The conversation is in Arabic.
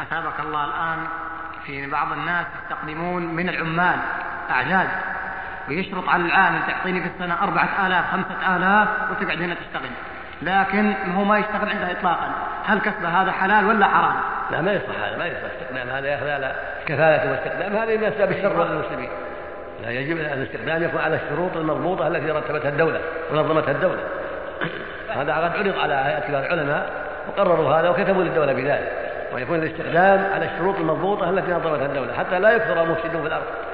أثابك الله. الآن في بعض الناس يستخدمون من العمال أعجاز، ويشرط على العامل تعطيني في السنة 4000 5000 وتقعد هنا تشتغل، لكن هو ما يشتغل عنده إطلاقا. هل كسب هذا حلال ولا حرام؟ لا، ما يصلح هذا، ما يصلح استخدام هذا، يأخذ على كفالة واستخدام هذه من أسباب الشر للمسلمين. لا، يجب أن الاستخدام يكون على الشروط المضبوطة التي رتبتها الدولة ونظمتها الدولة. هذا قد عرض على هيئة كبار العلماء وقرروا هذا وكتبوا للدولة بذلك، ويكون الاستخدام على الشروط المضبوطة التي نظمتها الدولة حتى لا يكثر المفسدون في الأرض.